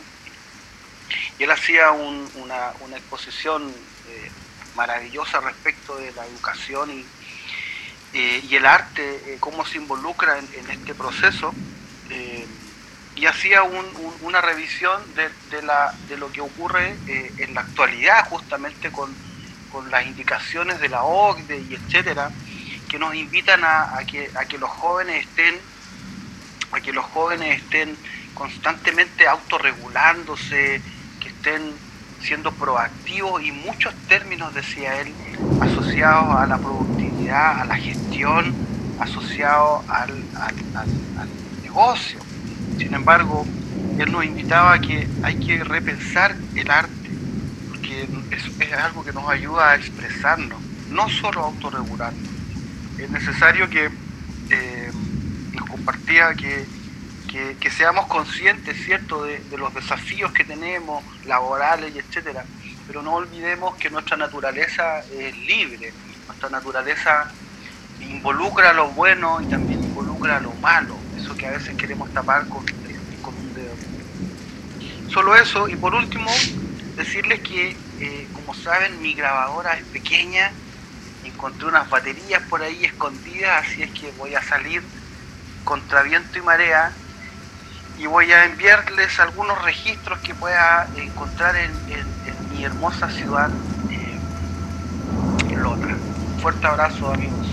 [SPEAKER 2] y él hacía un, una, una exposición eh, maravillosa respecto de la educación y Eh, y el arte, eh, cómo se involucra en, en este proceso, eh, y hacía un, un, una revisión de, de, la, de lo que ocurre eh, en la actualidad justamente con, con las indicaciones de la O C D E y etcétera, que nos invitan a, a, que, a que los jóvenes estén a que los jóvenes estén constantemente autorregulándose, que estén siendo proactivos y muchos términos, decía él, asociados a la productividad, a la gestión, asociados al, al, al, al negocio. Sin embargo, él nos invitaba a que hay que repensar el arte, porque es, es algo que nos ayuda a expresarnos, no solo a autorregularnos. Es necesario que eh, nos compartía que Que, que seamos conscientes, ¿cierto?, de, de los desafíos que tenemos, laborales y etcétera, pero no olvidemos que nuestra naturaleza es libre, nuestra naturaleza involucra lo bueno y también involucra lo malo, eso que a veces queremos tapar con, con un dedo. Solo eso, y por último, decirles que, eh, como saben, mi grabadora es pequeña, mi encontré unas baterías por ahí escondidas, así es que voy a salir contra viento y marea y voy a enviarles algunos registros que pueda encontrar en, en, en mi hermosa ciudad, eh, Lota. Un fuerte abrazo, amigos.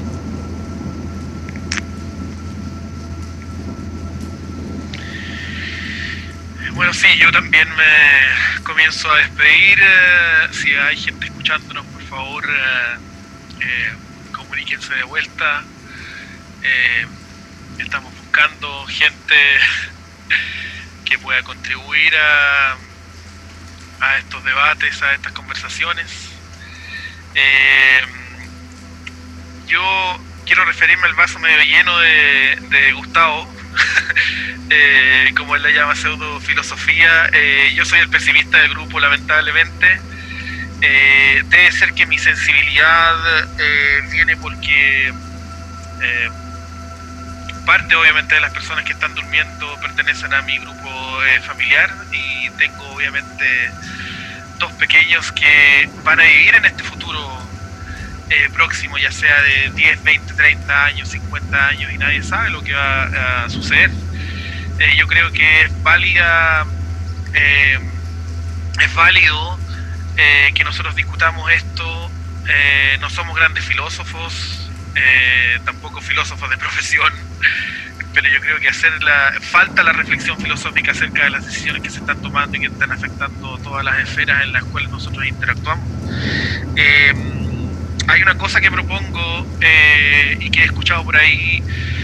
[SPEAKER 3] Bueno, sí, yo también me comienzo a despedir. Eh, si hay gente escuchándonos, por favor, eh, eh, comuníquense de vuelta. Eh, estamos buscando gente que pueda contribuir a, a estos debates, a estas conversaciones. Eh, yo quiero referirme al vaso medio lleno de, de Gustavo. eh, como él la llama, pseudo filosofía. Eh, yo soy el pesimista del grupo, lamentablemente. Eh, debe ser que mi sensibilidad eh, viene porque eh, parte obviamente de las personas que están durmiendo pertenecen a mi grupo eh, familiar, y tengo obviamente dos pequeños que van a vivir en este futuro Eh, próximo, ya sea de diez, veinte, treinta años, cincuenta años, y nadie sabe lo que va a suceder. Eh, yo creo que es válida, eh, es válido eh, que nosotros discutamos esto. Eh, no somos grandes filósofos, eh, tampoco filósofos de profesión, pero yo creo que hacer la, falta la reflexión filosófica acerca de las decisiones que se están tomando y que están afectando todas las esferas en las cuales nosotros interactuamos. Eh, Hay una cosa que propongo eh, y que he escuchado por ahí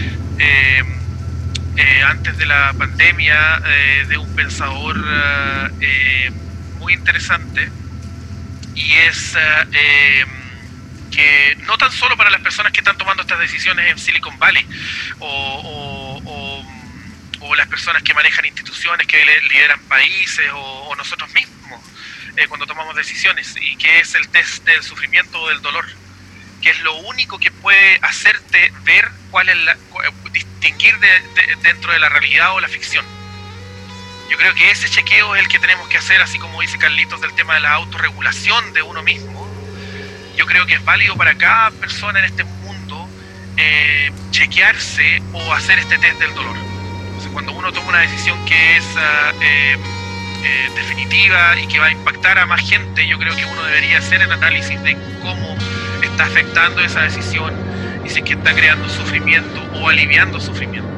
[SPEAKER 3] eh, eh, antes de la pandemia eh, de un pensador eh, muy interesante, y es eh, que no tan solo para las personas que están tomando estas decisiones en Silicon Valley o, o, o, o las personas que manejan instituciones, que lideran países, o, o nosotros mismos, Eh, cuando tomamos decisiones, y que es el test del sufrimiento o del dolor, que es lo único que puede hacerte ver cuál es la, distinguir de, de, dentro de la realidad o la ficción. Yo creo que ese chequeo es el que tenemos que hacer, así como dice Carlitos del tema de la autorregulación de uno mismo. Yo creo que es válido para cada persona en este mundo eh, chequearse o hacer este test del dolor. Entonces, cuando uno toma una decisión que es uh, eh, Eh, definitiva y que va a impactar a más gente, yo creo que uno debería hacer el análisis de cómo está afectando esa decisión y si es que está creando sufrimiento o aliviando sufrimiento.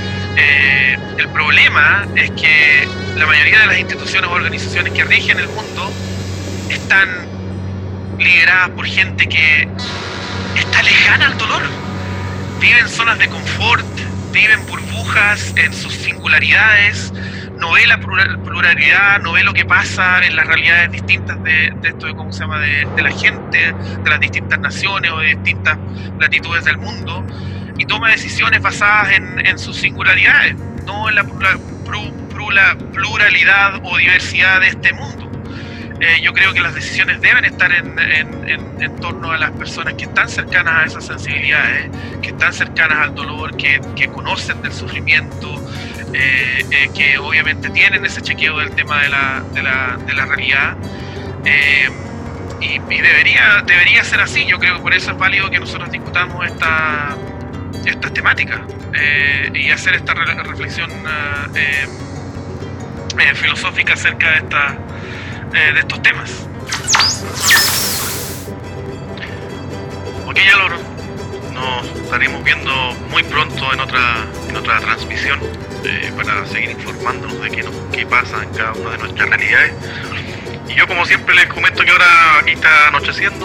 [SPEAKER 3] Eh, el problema es que la mayoría de las instituciones o organizaciones que rigen el mundo están lideradas por gente que está lejana al dolor, vive en zonas de confort, vive en burbujas, en sus singularidades, no ve la pluralidad, no ve lo que pasa en las realidades distintas de, de esto de cómo se llama, de, de la gente, de las distintas naciones o de distintas latitudes del mundo, y toma decisiones basadas en, en sus singularidades, no en la pluralidad o diversidad de este mundo. Eh, yo creo que las decisiones deben estar en, en, en, en torno a las personas que están cercanas a esas sensibilidades, que están cercanas al dolor, que, que conocen del sufrimiento, eh, eh, que obviamente tienen ese chequeo del tema de la, de la, de la realidad. Eh, y y debería, debería ser así. Yo creo que por eso es válido que nosotros discutamos esta, estas temáticas eh, y hacer esta re reflexión eh, eh, filosófica acerca de esta Eh, de estos temas.
[SPEAKER 1] Ok, ya lo, nos estaremos viendo muy pronto en otra en otra transmisión eh, para seguir informándonos de qué, nos, qué pasa en cada una de nuestras realidades. Y yo, como siempre, les comento que ahora aquí está anocheciendo.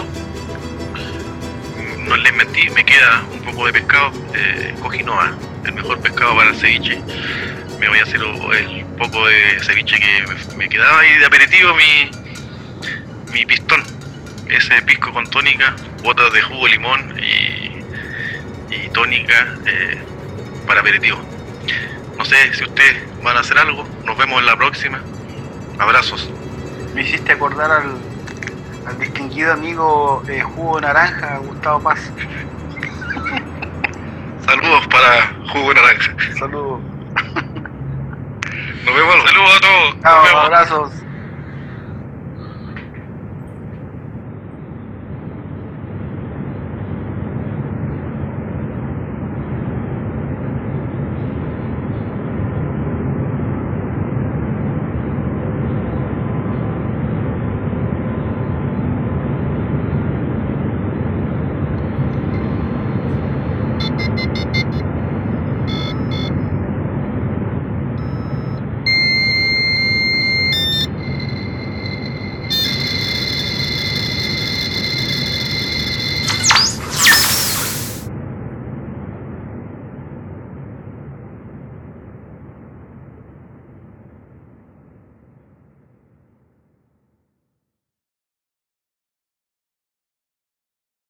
[SPEAKER 1] No les mentí, me queda un poco de pescado, eh, cojinoa, el mejor pescado para el ceviche. Me voy a hacer el poco de ceviche que me quedaba ahí de aperitivo, mi, mi pistón, ese pisco con tónica, botas de jugo de limón y, y tónica eh, para aperitivo. No sé si ustedes van a hacer algo, nos vemos en la próxima. Abrazos.
[SPEAKER 2] Me hiciste acordar al, al distinguido amigo eh, Jugo Naranja, Gustavo Paz.
[SPEAKER 1] Saludos para Jugo Naranja.
[SPEAKER 2] Saludos.
[SPEAKER 1] Nos vemos.
[SPEAKER 3] Saludos a todos.
[SPEAKER 2] Chao, abrazos.